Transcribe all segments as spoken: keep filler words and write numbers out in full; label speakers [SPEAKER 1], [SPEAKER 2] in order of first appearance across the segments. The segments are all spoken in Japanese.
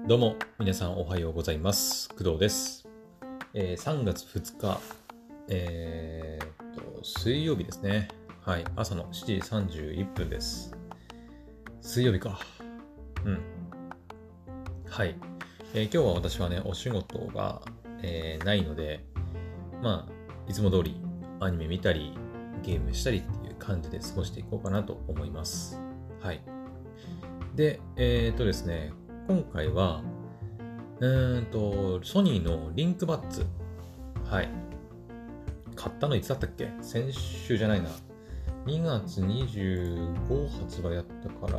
[SPEAKER 1] どうも皆さんおはようございます。工藤です。えー、さんがつふつか、えー、と水曜日ですね。はい、朝のしちじさんじゅういっぷんです。水曜日か。うん。はい。えー、今日は私はねお仕事が、えー、ないので、まあいつも通りアニメ見たりゲームしたりっていう感じで過ごしていこうかなと思います。はい。で、えーとですね。今回は、うーんと、ソニーのリンクバッツ。はい。買ったのいつだったっけ？先週じゃないな。にがつにじゅうご発売やったから、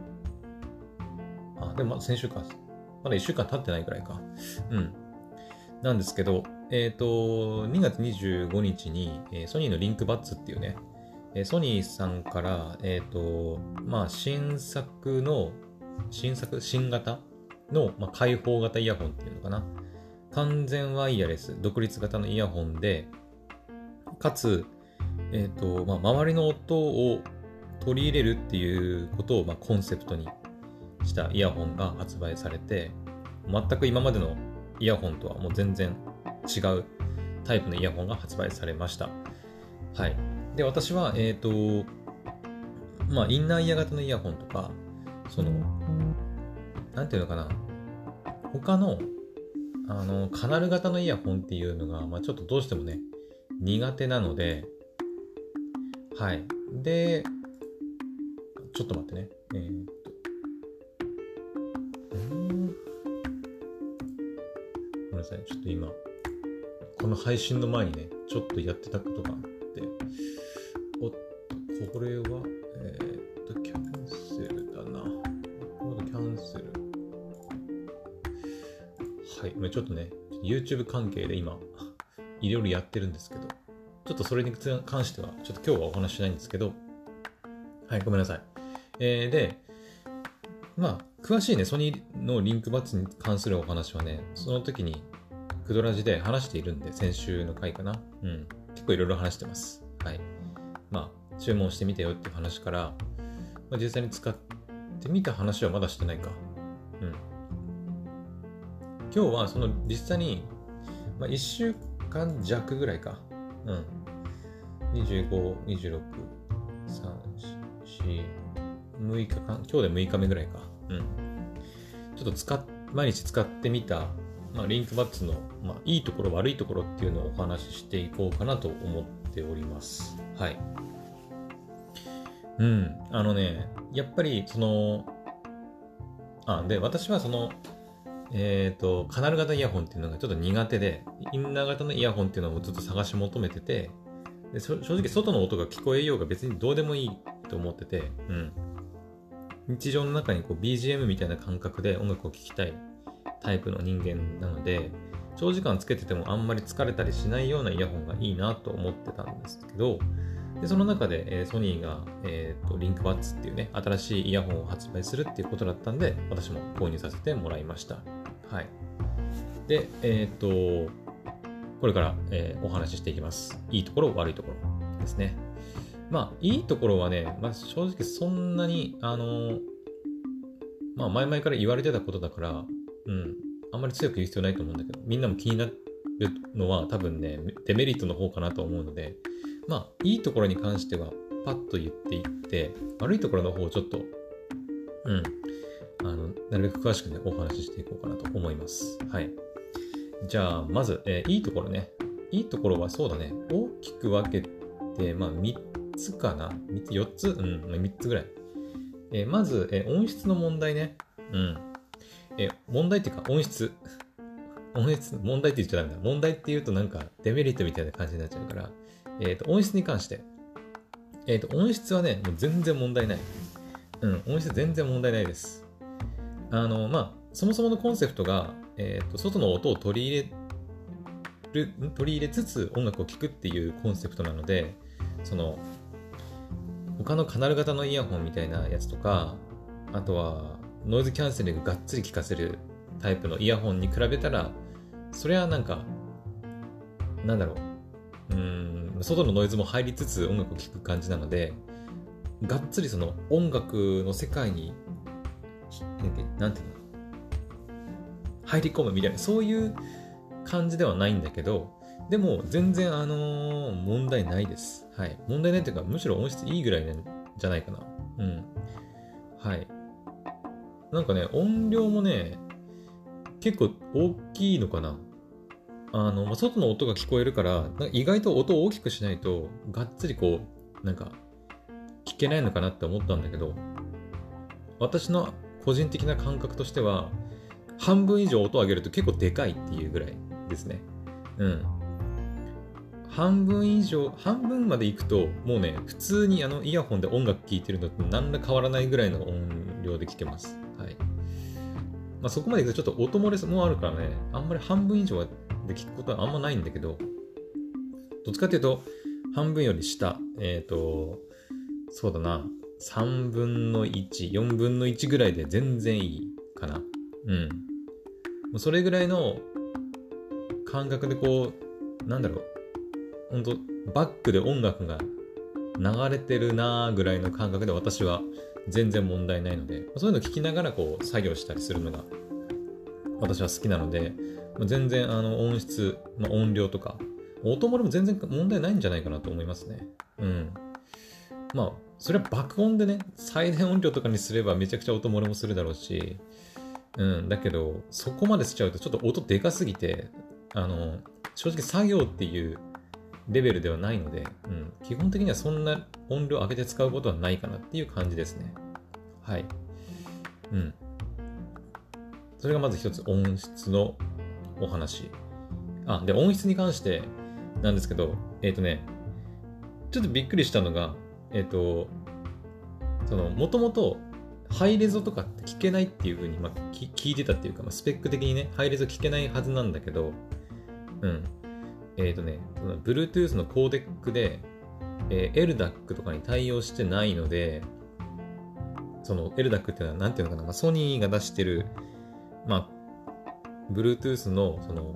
[SPEAKER 1] あ、でもまだ先週か。まだいっしゅうかん経ってないくらいか。うん。なんですけど、えっと、にがつにじゅうごにちに、えーソニーのリンクバッツっていうね、えーソニーさんから、えっと、まあ、新作の、新作、新型の、まあ、開放型イヤホンっていうのかな。完全ワイヤレス、独立型のイヤホンで、かつ、えっと、まあ、周りの音を取り入れるっていうことを、まあ、コンセプトにしたイヤホンが発売されて、全く今までのイヤホンとはもう全然違うタイプのイヤホンが発売されました。はい。で、私は、えっと、まあ、インナーイヤー型のイヤホンとか、その、なんていうのかな、他の、あの、カナル型のイヤホンっていうのが、まあ、ちょっとどうしてもね、苦手なので、はい。で、ちょっと待ってね。えーっと、うーん、ごめんなさい。ちょっと今、この配信の前にね、ちょっとやってたことがあって、おっと、これは、えーっと、キャンセルだな。まだキャンセル。はい。ちょっとね、YouTube 関係で今、いろいろやってるんですけど、ちょっとそれに関しては、ちょっと今日はお話しないんですけど、はい、ごめんなさい。えー、で、まあ、詳しいね、ソニーのリンクバッツに関するお話はね、その時に、クドラジで話しているんで、先週の回かな。うん。結構いろいろ話してます。はい。まあ、注文してみてよっていう話から、まあ、実際に使ってみた話はまだしてないか。うん。今日はその実際に、まあ、いっしゅうかん弱ぐらいか。うん。にじゅうご、にじゅうろく、さん、よん、むいかかん、今日でむいかめぐらいか。うん。ちょっと使っ、毎日使ってみた、まあ、リンクバッツの、まあ、いいところ、悪いところっていうのをお話ししていこうかなと思っております。はい。うん。あのね、やっぱり、その、あ、で、私はその、えっと、カナル型イヤホンっていうのがちょっと苦手で、インナー型のイヤホンっていうのをずっと探し求めてて、で正直外の音が聞こえようが別にどうでもいいと思ってて、うん。日常の中にこう ビージーエム みたいな感覚で音楽を聴きたいタイプの人間なので、長時間つけててもあんまり疲れたりしないようなイヤホンがいいなと思ってたんですけど、でその中で、えー、ソニーが、えーと、リンクバッツっていうね、新しいイヤホンを発売するっていうことだったんで、私も購入させてもらいました。はい。で、えっ、ー、と、これから、えーお話ししていきます。いいところ、悪いところですね。まあ、いいところはね、まあ、正直そんなに、あのーまあ、前々から言われてたことだから、うん、あんまり強く言う必要ないと思うんだけど、みんなも気になるのは多分ね、デメリットの方かなと思うので、まあ、いいところに関しては、パッと言っていって、悪いところの方をちょっと、うん、あの、なるべく詳しくね、お話ししていこうかなと思います。はい。じゃあ、まず、えーいいところね。いいところはそうだね。大きく分けて、まあ、みっつかな。みっつ、よっつうん、みっつぐらい。えーまず、えー音質の問題ね。うん。えー問題っていうか、音質。音質、問題って言っちゃダメだ。問題って言うとなんかデメリットみたいな感じになっちゃうから。えっと、音質に関して。えっと、音質はね、もう全然問題ない。うん、音質全然問題ないです。あの、まあ、そもそものコンセプトが、えっと、外の音を取り入れる、取り入れつつ音楽を聴くっていうコンセプトなので、その、他のカナル型のイヤホンみたいなやつとか、あとはノイズキャンセリングがっつり効かせるタイプのイヤホンに比べたら、それはなんか、なんだろう、うーん、外のノイズも入りつつ音楽を聴く感じなので、がっつりその音楽の世界に、なんていうの、 入り込むみたいな、そういう感じではないんだけど、でも全然あのー問題ないです。はい。問題ないっていうか、むしろ音質いいぐらいなんじゃないかな。うん。はい。なんかね、音量もね、結構大きいのかな。あの、まあ、外の音が聞こえるから、なんか意外と音を大きくしないと、がっつりこう、なんか、聞けないのかなって思ったんだけど、私の個人的な感覚としては、半分以上音を上げると結構でかいっていうぐらいですね。うん。半分以上、半分まで行くと、もうね、普通にあのイヤホンで音楽聴いてるのと何ら変わらないぐらいの音量で聴けます。はい。まあ、そこまで行くとちょっと音漏れもあるからね、あんまり半分以上で聞くことはあんまないんだけど、どっちかっていうと、半分より下、えっと、そうだな、さんぶんのいち、よんぶんのいちぐらいで全然いいかな。うん。もうそれぐらいの感覚でこう、なんだろう、ほんと、バックで音楽が流れてるなーぐらいの感覚で私は全然問題ないので、そういうのを聞きながらこう作業したりするのが私は好きなので、全然あの音質、まあ、音量とか、音漏れも全然問題ないんじゃないかなと思いますね。うん。まあ、それは爆音でね、最大音量とかにすればめちゃくちゃ音漏れもするだろうし、うん、だけど、そこまでしちゃうとちょっと音でかすぎて、あの、正直作業っていうレベルではないので、うん、基本的にはそんな音量上げて使うことはないかなっていう感じですね。はい。うん。それがまず一つ音質のお話。あ、で、音質に関してなんですけど、えっとね、ちょっとびっくりしたのが、えっと、その、もともとハイレゾとかって聞けないっていう風に、まあ、聞いてたっていうか、まあ、スペック的にね、ハイレゾ聞けないはずなんだけど、うん。えっとね、その Bluetooth のコーデックで、えー、エルダック とかに対応してないので、その エルダック っていうのはなんていうのかな、まあ、ソニーが出してる、まあ、Bluetooth のその、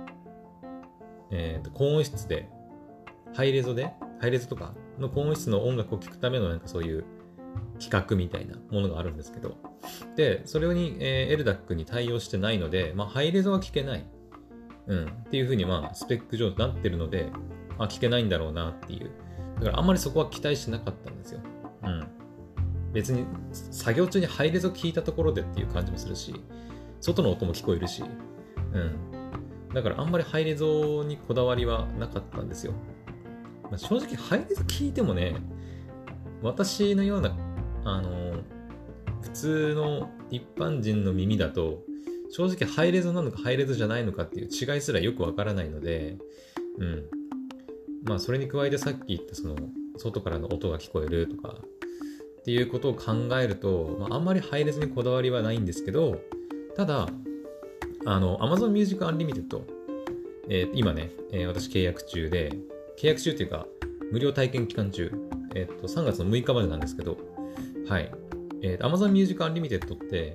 [SPEAKER 1] えーと、高音質で、ハイレゾで、ハイレゾとかの高音質の音楽を聴くためのなんかそういう企画みたいなものがあるんですけど、で、それに、えー、エルダック に対応してないので、まあ、ハイレゾは聞けない。うん。っていう風に、まあ、スペック上なってるので、あ、聞けないんだろうなっていう。だからあんまりそこは期待してなかったんですよ。うん。別に作業中にハイレゾ聞いたところでっていう感じもするし、外の音も聞こえるし、うん。だからあんまりハイレゾにこだわりはなかったんですよ。まあ、正直ハイレゾ聞いてもね、私のような、あのー、普通の一般人の耳だと、正直ハイレゾなのかハイレゾじゃないのかっていう違いすらよくわからないので、うん。まあそれに加えてさっき言ったその外からの音が聞こえるとかっていうことを考えると、まあ、あんまりハイレゾにこだわりはないんですけど、ただ、あの Amazon Music Unlimited、えー、今ね、えー、私契約中で、契約中っていうか無料体験期間中、えっ、ー、とさんがつのむいかまでなんですけど、はい。えー、Amazon Music Unlimited って、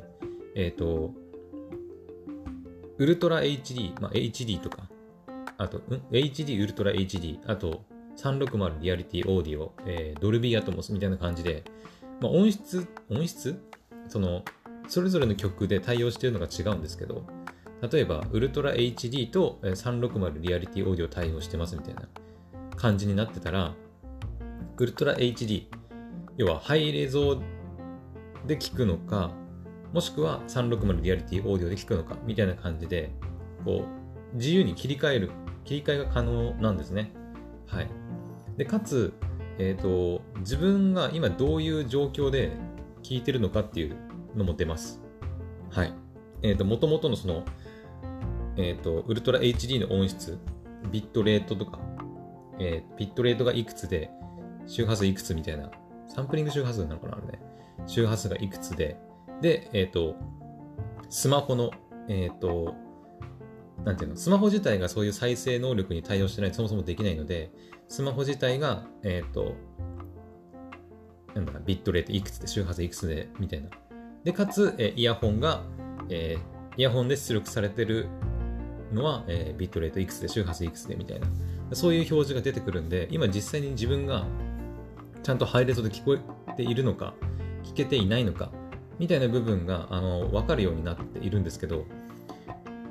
[SPEAKER 1] えっ、ー、と、ウルトラ エイチディー、まあ、エイチディー とか、あと、ん エイチディー ウルトラ エイチディー、あと、さんびゃくろくじュリアリティオーディオ、えー、ドルビーアトモスみたいな感じで、まあ、音質、音質その、それぞれの曲で対応しているのが違うんですけど、例えば、ウルトラ エイチディー とさんびゃくろくじュリアリティオーディオ対応してますみたいな感じになってたら、ウルトラ エイチディー、要はハイレゾで聞くのか、もしくはさんびゃくろくじュリアリティオーディオで聞くのかみたいな感じで、こう、自由に切り替える、切り替えが可能なんですね。はい。で、かつ、えっと、自分が今どういう状況で聞いてるのかっていうのも出ます。はい。えっと、元々のその、えっと、ウルトラ エイチディー の音質、ビットレートとか、えー、ビットレートがいくつで、周波数いくつみたいな、サンプリング周波数なのかなあれね。周波数がいくつで、で、えっと、スマホの、えっと、なんていうの、スマホ自体がそういう再生能力に対応してないとそもそもできないので、スマホ自体が、えっと、なんだか、ビットレートいくつで、周波数いくつで、みたいな。で、かつ、えイヤホンが、えー、イヤホンで出力されてるのは、えー、ビットレートいくつで、周波数いくつで、みたいな。そういう表示が出てくるんで、今実際に自分がちゃんとハイレゾで聞こえているのか、聞けていないのか、みたいな部分が、あの、わかるようになっているんですけど、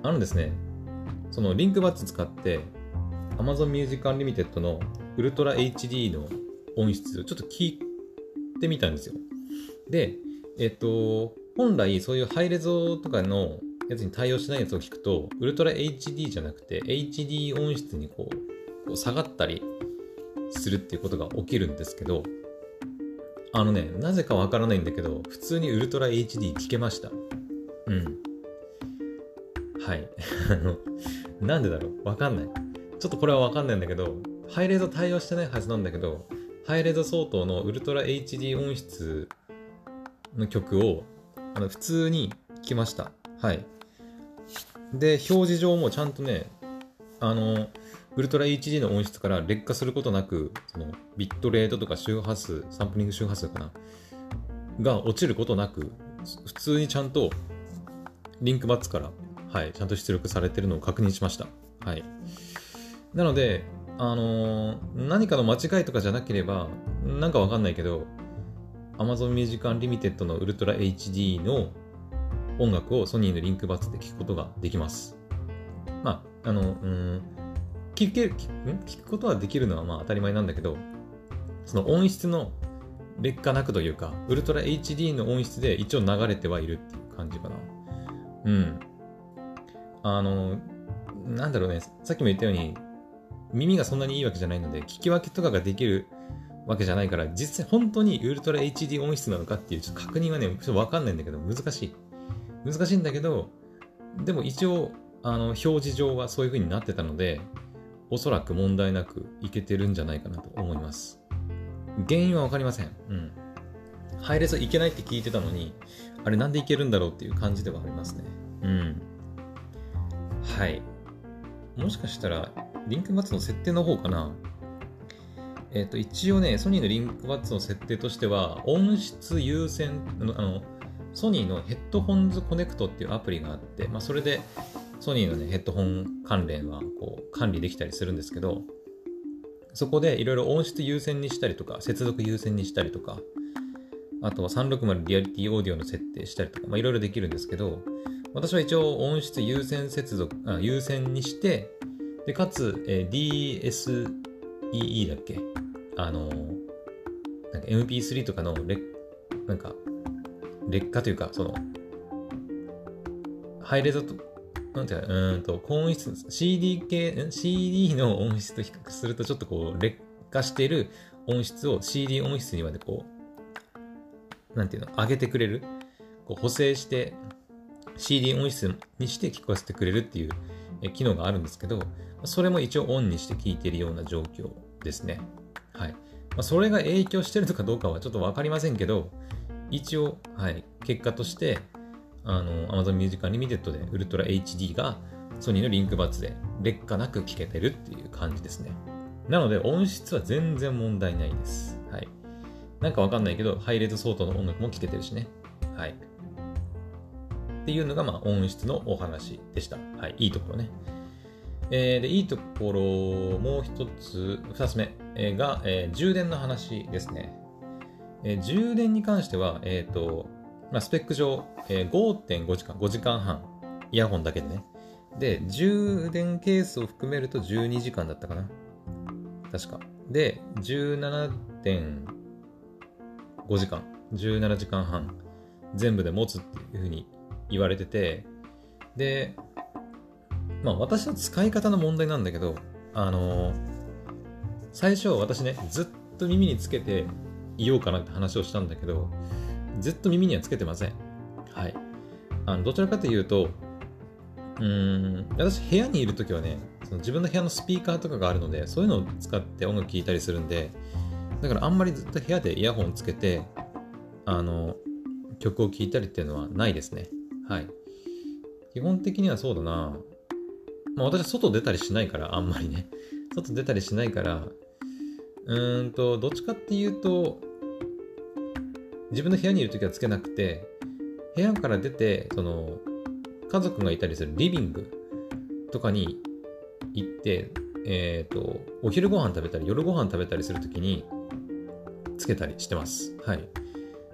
[SPEAKER 1] あのですね、そのリンクバッツ使って Amazon Music Unlimited の Ultra エイチディー の音質ちょっと聞いてみたんですよ。で、えっと、本来そういうハイレゾとかのやつに対応しないやつを聞くと、Ultra エイチディー じゃなくて エイチディー 音質にこう、こう下がったりするっていうことが起きるんですけど、あのね、なぜかわからないんだけど、普通に Ultra エイチディー 聞けました。うん。はい。なんでだろうわかんない。ちょっとこれはわかんないんだけど、ハイレゾ対応してないはずなんだけど、ハイレゾ相当の Ultra エイチディー 音質の曲をあの普通に聞きました。はい。で、表示上もちゃんとね、あの、ウルトラ エイチディー の音質から劣化することなく、そのビットレートとか周波数、サンプリング周波数かなが落ちることなく、普通にちゃんとリンクバッツから、はい、ちゃんと出力されてるのを確認しました。はい。なので、あのー何かの間違いとかじゃなければ、なんかわかんないけど、Amazon Music Unlimited の Ultra エイチディー の音楽をソニーのリンクバッツで聴くことができます。まあ、あの、うん、聞ける、聞く、聞くことはできるのはまあ当たり前なんだけど、その音質の劣化なくというか、ウルトラ エイチディー の音質で一応流れてはいるっていう感じかな。うん。あの、なんだろうね、さっきも言ったように、耳がそんなにいいわけじゃないので、聞き分けとかができるわけじゃないから、実際本当にウルトラ エイチディー 音質なのかっていうちょっと確認はね、ちょっとわかんないんだけど、難しい。難しいんだけど、でも一応、あの、表示上はそういう風になってたので、おそらく問題なくいけてるんじゃないかなと思います。原因はわかりません。うん。ハイレゾいけないって聞いてたのに、あれなんでいけるんだろうっていう感じではありますね。うん。はい。もしかしたら、リンクバッツの設定の方かな。えっと、一応ね、ソニーのリンクバッツの設定としては、音質優先、あの、あのソニーのヘッドホンズコネクトっていうアプリがあって、まあ、それでソニーのね、ヘッドホン関連はこう管理できたりするんですけど、そこでいろいろ音質優先にしたりとか、接続優先にしたりとか、あとはさんろくまるリアリティオーディオの設定したりとか、まあ、いろいろできるんですけど、私は一応音質優先接続、あ優先にして、で、かつ、えー ディーエスイーイー だっけあのー、なんか エムピースリー とかのレなんか、劣化というか、その、ハイレゾと、なんていうか、うーんと、高音質、シーディー 系、シーディー の音質と比較すると、ちょっとこう、劣化している音質を シーディー 音質にまでこう、なんていうの、上げてくれる。こう補正して、シーディー 音質にして聞かせてくれるっていう機能があるんですけど、それも一応オンにして聞いているような状況ですね。はい。まあ、それが影響してるのかどうかはちょっとわかりませんけど、一応、はい、結果として、あの、Amazon Music Unlimited で Ultra エイチディー がソニーのリンクバッツで劣化なく聞けてるっていう感じですね。なので音質は全然問題ないです。はい。なんかわかんないけど、ハイレゾ相当の音楽も聞けてるしね。はい。っていうのが、まあ、音質のお話でした。はい。いいところね。えー、で、いいところ、もう一つ、二つ目が、えー、充電の話ですね。えー、充電に関しては、えっと、まあ、スペック上、えー、ごてんごじかん、ごじかんはん、イヤホンだけでね。で、充電ケースを含めるとじゅうにじかんだったかな。確か。で、じゅうななてんごじかん、じゅうななじかんはん、全部で持つっていう風に言われてて、で、まあ私の使い方の問題なんだけど、あのー、最初私ね、ずっと耳につけていようかなって話をしたんだけど、ずっと耳にはつけてません。はい。あの、どちらかというと、うーん、私部屋にいるときはね、その自分の部屋のスピーカーとかがあるので、そういうのを使って音楽聴いたりするんで、だからあんまりずっと部屋でイヤホンつけて、あの、曲を聴いたりっていうのはないですね。はい。基本的にはそうだな。まあ私は外出たりしないから、あんまりね。外出たりしないから、うーんと、どっちかっていうと、自分の部屋にいるときはつけなくて、部屋から出て、その、家族がいたりするリビングとかに行って、えっと、お昼ご飯食べたり、夜ご飯食べたりするときに、つけたりしてます。はい。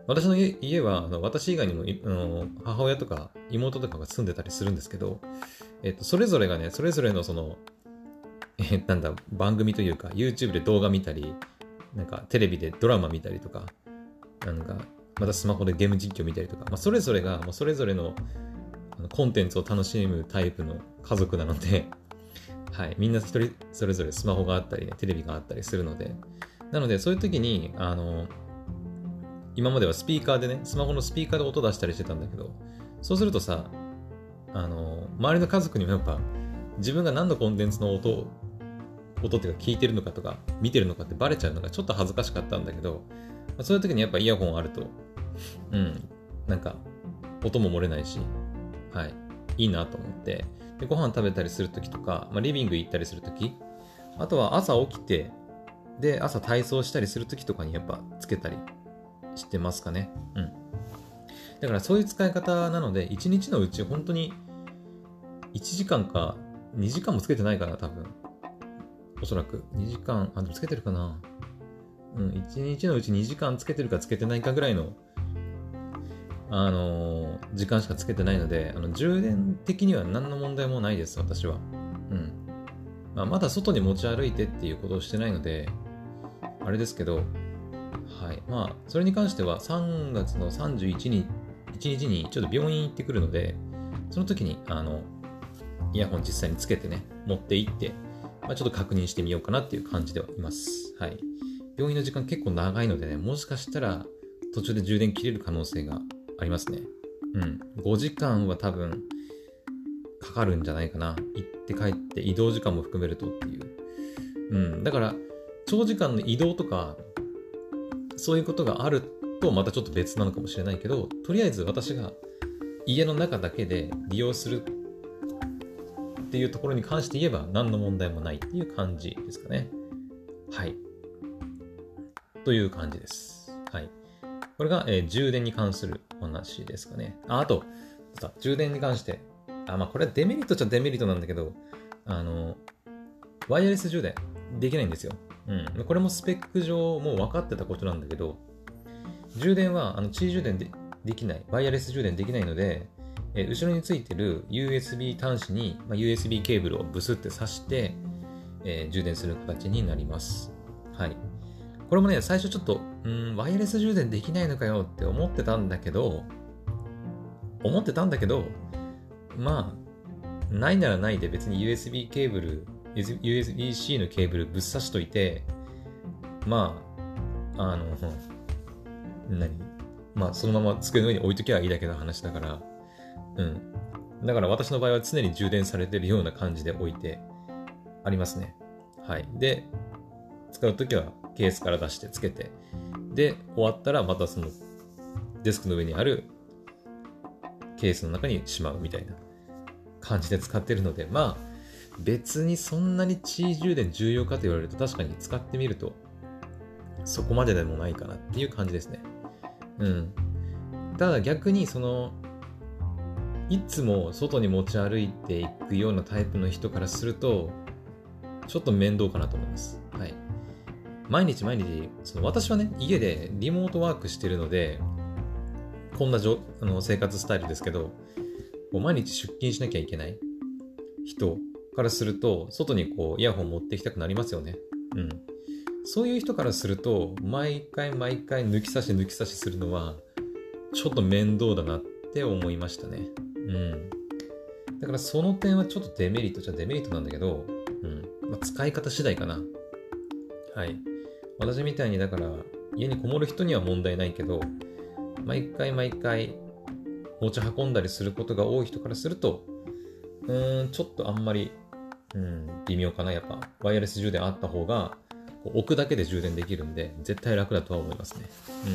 [SPEAKER 1] 私の家家は、あの私以外にもいあの母親とか妹とかが住んでたりするんですけど、えっと、それぞれがね、それぞれのその、えーなんだ、番組というか、YouTube で動画見たり、なんかテレビでドラマ見たりとか、なんか、またスマホでゲーム実況見たりとか、まあ、それぞれが、もうそれぞれのあのコンテンツを楽しむタイプの家族なので、はい、みんな一人それぞれスマホがあったりね、テレビがあったりするので、なので、そういう時に、あの、今まではスピーカーでね、スマホのスピーカーで音出したりしてたんだけど、そうするとさ、あの、周りの家族にもやっぱ、自分が何のコンテンツの音を、音っていうか聞いてるのかとか、見てるのかってバレちゃうのがちょっと恥ずかしかったんだけど、そういう時にやっぱイヤホンあると、うん、なんか、音も漏れないし、はい、いいなと思って、でご飯食べたりする時とか、まあ、リビング行ったりする時、あとは朝起きて、で、朝体操したりする時とかにやっぱつけたりしてますかね。うん。だからそういう使い方なので、いちにちのうち本当にいちじかんかにじかんもつけてないかな、多分。おそらく。にじかん、あ、でもつけてるかな。うん、いちにちのうちにじかんつけてるかつけてないかぐらいの、あのー時間しかつけてないので、あの充電的には何の問題もないです、私は。うん。まあ、まだ外に持ち歩いてっていうことをしてないので、あれですけど、はい。まあ、それに関してはさんがつのさんじゅういちにちにちょっと病院行ってくるので、その時に、あの、イヤホン実際につけてね、持って行って、まあ、ちょっと確認してみようかなっていう感じではいます。はい。病院の時間結構長いのでね、もしかしたら途中で充電切れる可能性がありますね。うん。ごじかんは多分かかるんじゃないかな。行って帰って移動時間も含めるとっていう。うん。だから、長時間の移動とか、そういうことがあるとまたちょっと別なのかもしれないけど、とりあえず私が家の中だけで利用するっていうところに関して言えば何の問題もないっていう感じですかね。はい。という感じです。はい。これが、えー充電に関するお話ですかね。あ、あと、さ充電に関して、あ、まあこれはデメリットっちゃデメリットなんだけど、あの、ワイヤレス充電できないんですよ。うん。これもスペック上もう分かってたことなんだけど、充電はあの地位充電でできない、ワイヤレス充電できないので、えー後ろについてる ユーエスビー 端子に、まあ、ユーエスビー ケーブルをブスって挿して、えー充電する形になります。はい。これもね、最初ちょっと、うーん、ワイヤレス充電できないのかよって思ってたんだけど、思ってたんだけど、まあ、ないならないで別に ユーエスビー ケーブル、ユーエスビー-C のケーブルぶっ刺しといて、まあ、あの、何まあ、そのまま机の上に置いときゃいいだけの話だから、うん。だから私の場合は常に充電されてるような感じで置いてありますね。はい。で、使うときはケースから出してつけて、で、終わったらまたそのデスクの上にあるケースの中にしまうみたいな感じで使ってるので、まあ、別にそんなに地位充電重要かと言われると確かに使ってみるとそこまででもないかなっていう感じですね。うん。ただ逆にそのいつも外に持ち歩いていくようなタイプの人からするとちょっと面倒かなと思います。はい。毎日毎日その私はね家でリモートワークしてるのでこんなじょあの生活スタイルですけど、こう毎日出勤しなきゃいけない人からすると外にこうイヤホン持ってきたくなりますよね。うん。そういう人からすると毎回毎回抜き差し抜き差しするのはちょっと面倒だなって思いましたね。うん。だからその点はちょっとデメリットじゃデメリットなんだけど、うん。まあ、使い方次第かな。はい。私みたいにだから家にこもる人には問題ないけど、毎回毎回持ち運んだりすることが多い人からすると、うーん、ちょっとあんまり、うん、微妙かな。やっぱワイヤレス充電あった方が置くだけで充電できるんで絶対楽だとは思いますね。うん。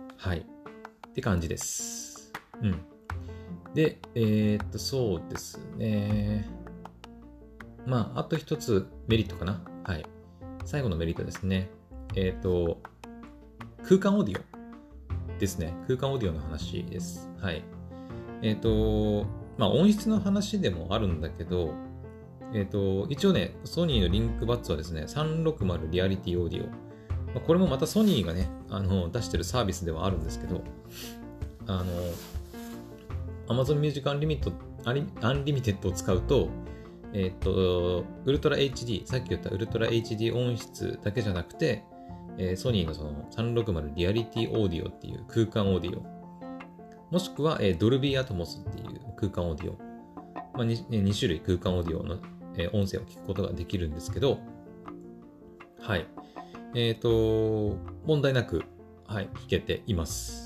[SPEAKER 1] はい。って感じです。うん。で、えー、っと、そうですね。まあ、あと一つメリットかな。はい。最後のメリットですね。えー、っと、空間オーディオですね。空間オーディオの話です。はい。えー、っと、まあ、音質の話でもあるんだけど、えっと、一応ね、ソニーのリンクバッツはですね、さんびゃくろくじゅうリアリティオーディオまあ、これもまたソニーがね、あの、出してるサービスではあるんですけど、あの、Amazon Music Unlimited、Unlimited を使うと、えっと、ウルトラ エイチディー、さっき言ったウルトラ エイチディー 音質だけじゃなくて、えー、ソニーのそのさんろくまるリアリティオーディオっていう空間オーディオ、もしくは、えー、ドルビーアトモスっていう空間オーディオ、まあ、2, に種類空間オーディオの、えー、音声を聞くことができるんですけど、はい。えっと、問題なく、はい、聞けています。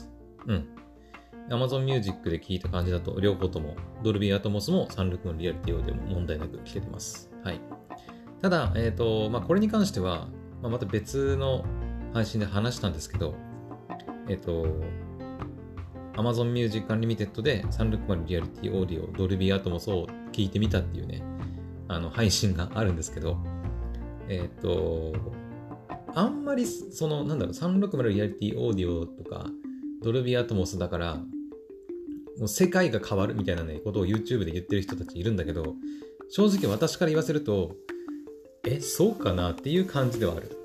[SPEAKER 1] うん。Amazon Music で聞いた感じだと、両方とも、ドルビーアトモスもさんろくまるリアリティオーディオも問題なく聞けてます。はい。ただ、えっと、まあ、これに関しては、まあ、また別の配信で話したんですけど、えっと、Amazon Music Unlimited でさんろくまるリアリティオーディオ、ドルビーアトモスを聞いてみたっていうね、あの、配信があるんですけど、えっと、あんまり、その、なんだろう、さんろくまるリアリティオーディオとか、ドルビーアトモスだから、もう世界が変わるみたいなね、ことを YouTube で言ってる人たちいるんだけど、正直私から言わせると、え、そうかなっていう感じではある。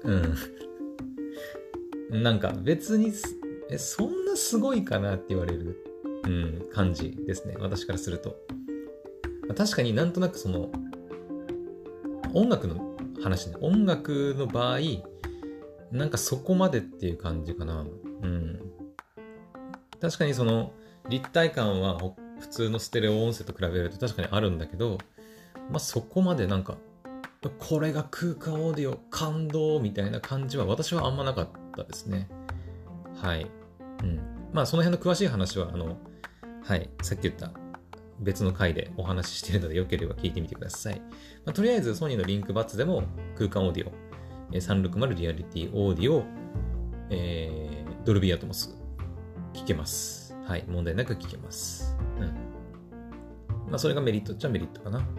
[SPEAKER 1] うん。なんか別に、え、そんなすごいかなって言われる、うん、感じですね。私からすると。確かになんとなくその、音楽の話ね。音楽の場合、なんかそこまでっていう感じかな。うん。確かにその、立体感は普通のステレオ音声と比べると確かにあるんだけど、まあそこまでなんか、これが空間オーディオ感動みたいな感じは私はあんまなかったですね。はい。うん。まあその辺の詳しい話は、あの、はい、さっき言った別の回でお話ししているのでよければ聞いてみてください。まあ、とりあえずソニーのリンクバッツでも空間オーディオ、えー、さんろくまるリアリティオーディオ、えー、ドルビーアトモス聞けます。はい、問題なく聞けます。うん。まあそれがメリットっちゃメリットかな。はい。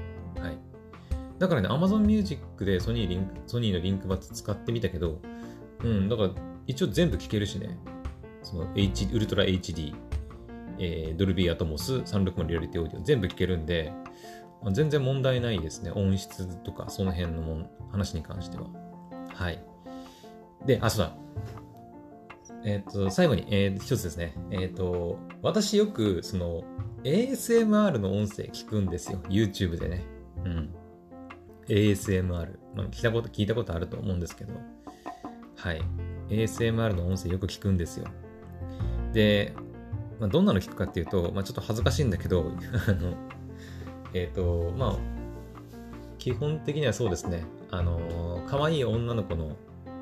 [SPEAKER 1] だからね、Amazon Music でソニーリンク、ソニーのリンクバッツ使ってみたけど、うん、だから一応全部聞けるしね。その H、ウルトラ エイチディー、えー、ドルビーアトモス、さんろくまるリアリティオーディオ全部聞けるんで、まあ、全然問題ないですね。音質とかその辺のもん話に関しては。はい。で、あ、そうだ。えっ、ー、と、最後に、えー、一つですね。えっ、ー、と、私よく、その、エーエスエムアール の音声聞くんですよ。YouTube でね。うん。エーエスエムアール。まあ、聞いたこと、聞いたことあると思うんですけど。はい。エーエスエムアール の音声よく聞くんですよ。で、まあ、どんなの聞くかっていうと、まあ、ちょっと恥ずかしいんだけど、あの、えっ、ー、と、まあ、基本的にはそうですね。あの、可愛い女の子の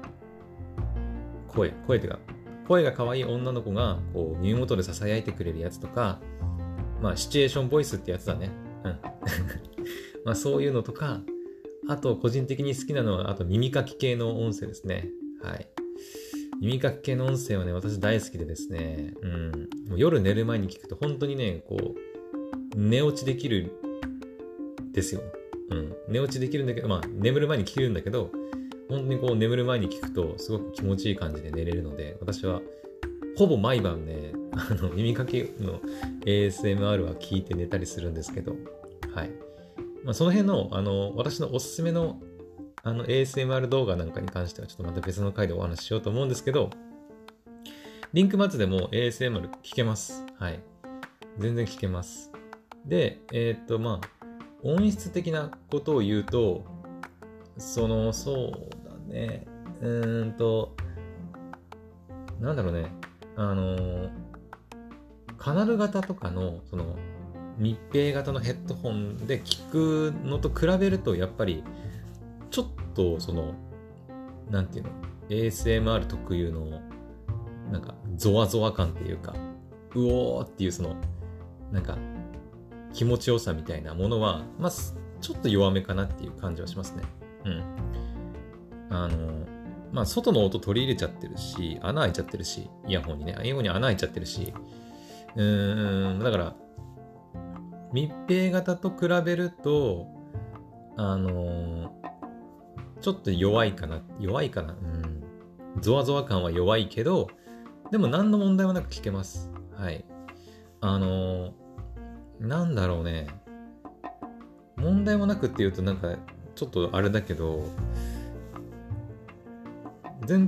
[SPEAKER 1] 声、声っていうか、声が可愛い女の子が、こう、耳元で囁いてくれるやつとか、まあ、シチュエーションボイスってやつだね。うん。まあ、そういうのとか、あと、個人的に好きなのは、あと、耳かき系の音声ですね。はい。耳かき系の音声はね、私大好きでですね、うん。もう夜寝る前に聞くと、本当にね、こう、寝落ちできる、ですよ。うん。寝落ちできるんだけど、まあ、眠る前に聞けるんだけど、本当にこう眠る前に聞くとすごく気持ちいい感じで寝れるので、私はほぼ毎晩ね、あの耳かけの エーエスエムアール は聞いて寝たりするんですけど、はい。まあ、その辺の、あの、私のおすすめのあの エーエスエムアール 動画なんかに関してはちょっとまた別の回でお話ししようと思うんですけど、リンクバッツでも エーエスエムアール 聞けます。はい。全然聞けます。で、えー、っと、まあ、音質的なことを言うと、その、そうだね。うーんと、なんだろうね。あの、カナル型とかの、その、密閉型のヘッドホンで聞くのと比べると、やっぱり、ちょっと、その、なんていうの、エーエスエムアール 特有の、なんか、ゾワゾワ感っていうか、うおーっていう、その、なんか、気持ちよさみたいなものは、まあ、ちょっと弱めかなっていう感じはしますね。うん。あの、まあ、外の音取り入れちゃってるし、穴開いちゃってるし、イヤホンにね、イヤホンに穴開いちゃってるし、うーん、だから、密閉型と比べると、あの、ちょっと弱いかな、弱いかな、うん。ゾワゾワ感は弱いけど、でも何の問題もなく聞けます。はい。あの、なんだろうね。問題もなくっていうとなんか、ちょっとあれだけど、全然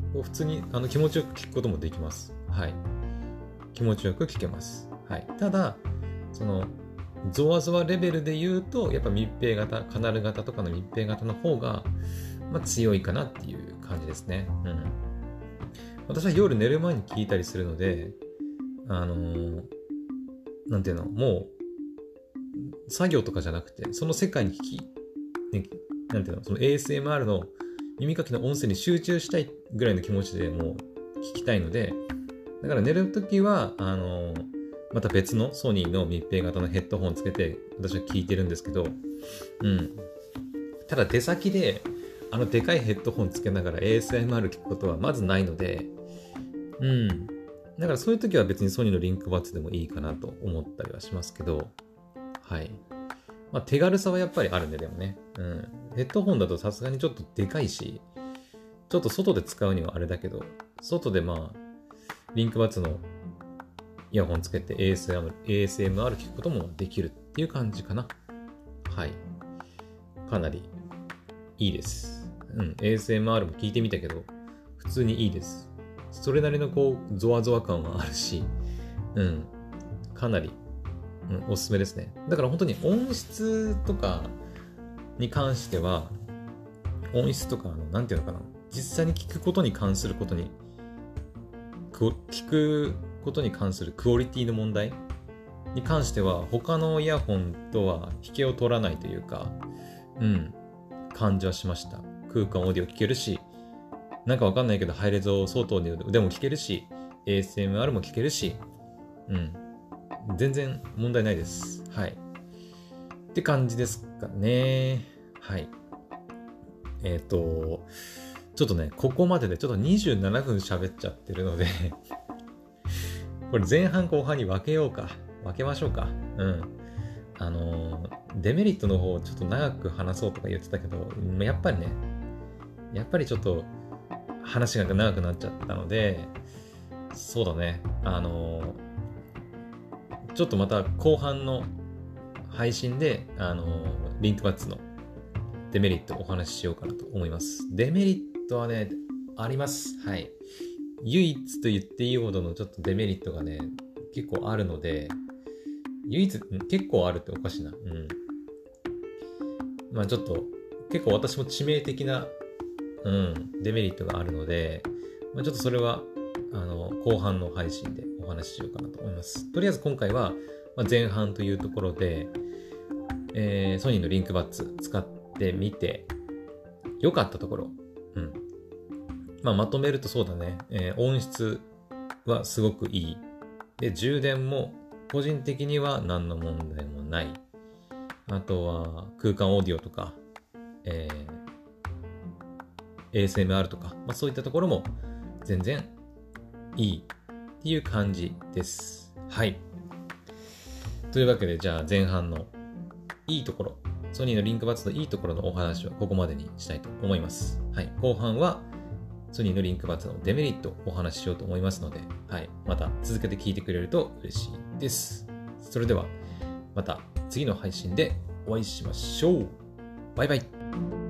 [SPEAKER 1] 普通にあの気持ちよく聞くこともできます。はい。気持ちよく聞けます。はい。ただ、その、ゾワゾワレベルで言うと、やっぱ密閉型、カナル型とかの密閉型の方が、まあ、強いかなっていう感じですね。うん。私は夜寝る前に聞いたりするので、あのー、なんていうの、もう、作業とかじゃなくて、その世界に聞き、ね、なんていうの、その エーエスエムアール の耳かきの音声に集中したいぐらいの気持ちでもう聞きたいので、だから寝るときは、あのー、また別のソニーの密閉型のヘッドホンつけて私は聞いてるんですけど、うん。ただ出先であのでかいヘッドホンつけながら エーエスエムアール 聞くことはまずないので、うん。だからそういう時は別にソニーのリンクバッツでもいいかなと思ったりはしますけど、はい。まあ手軽さはやっぱりあるんで、でもね。うん。ヘッドホンだとさすがにちょっとでかいし、ちょっと外で使うにはあれだけど、外でまあ、リンクバッツのイヤホンつけて エーエスエムアール、エーエスエムアール 聞くこともできるっていう感じかな。はい。かなりいいです。うん。エーエスエムアール も聞いてみたけど、普通にいいです。それなりのこう、ゾワゾワ感はあるし、うん。かなり、うん、おすすめですね。だから本当に音質とかに関しては、音質とか、あの、なんていうのかな。実際に聞くことに関することに、聞くことに関するクオリティの問題に関しては他のイヤホンとは引けを取らないというか、うん、感じはしました。空間オーディオ聞けるし、なんかわかんないけどハイレゾ相当でも聞けるし、エーエスエムアール も聞けるし、うん、全然問題ないです。はい。って感じですかね。はい。えっと、ちょっとね、ここまででちょっとにじゅうななふん喋っちゃってるのでこれ前半後半に分けようか。分けましょうか。うん。あのー、デメリットの方をちょっと長く話そうとか言ってたけど、やっぱりね、やっぱりちょっと話が長くなっちゃったので、そうだね。あのー、ちょっとまた後半の配信で、あのー、リンクバッツのデメリットをお話ししようかなと思います。デメリットはね、あります。はい。唯一と言っていいほどのちょっとデメリットがね、結構あるので、唯一、結構あるっておかしいな。うん。まあちょっと、結構私も致命的な、うん、デメリットがあるので、まあちょっとそれは、あの、後半の配信でお話ししようかなと思います。とりあえず今回は、まあ、前半というところで、えー、ソニーのリンクバッツ使ってみて、良かったところ、うん。まあ、まとめるとそうだね、えー、音質はすごくいい。で、充電も個人的には何の問題もない。あとは空間オーディオとか、えー、エーエスエムアール とか、まあ、そういったところも全然いいっていう感じです。はい。というわけで、じゃあ前半のいいところ、ソニーのリンクバッツのいいところのお話はここまでにしたいと思います。はい。後半はソニーのリンクバッツのデメリットをお話ししようと思いますので、はい。また続けて聞いてくれると嬉しいです。それでは、また次の配信でお会いしましょう。バイバイ。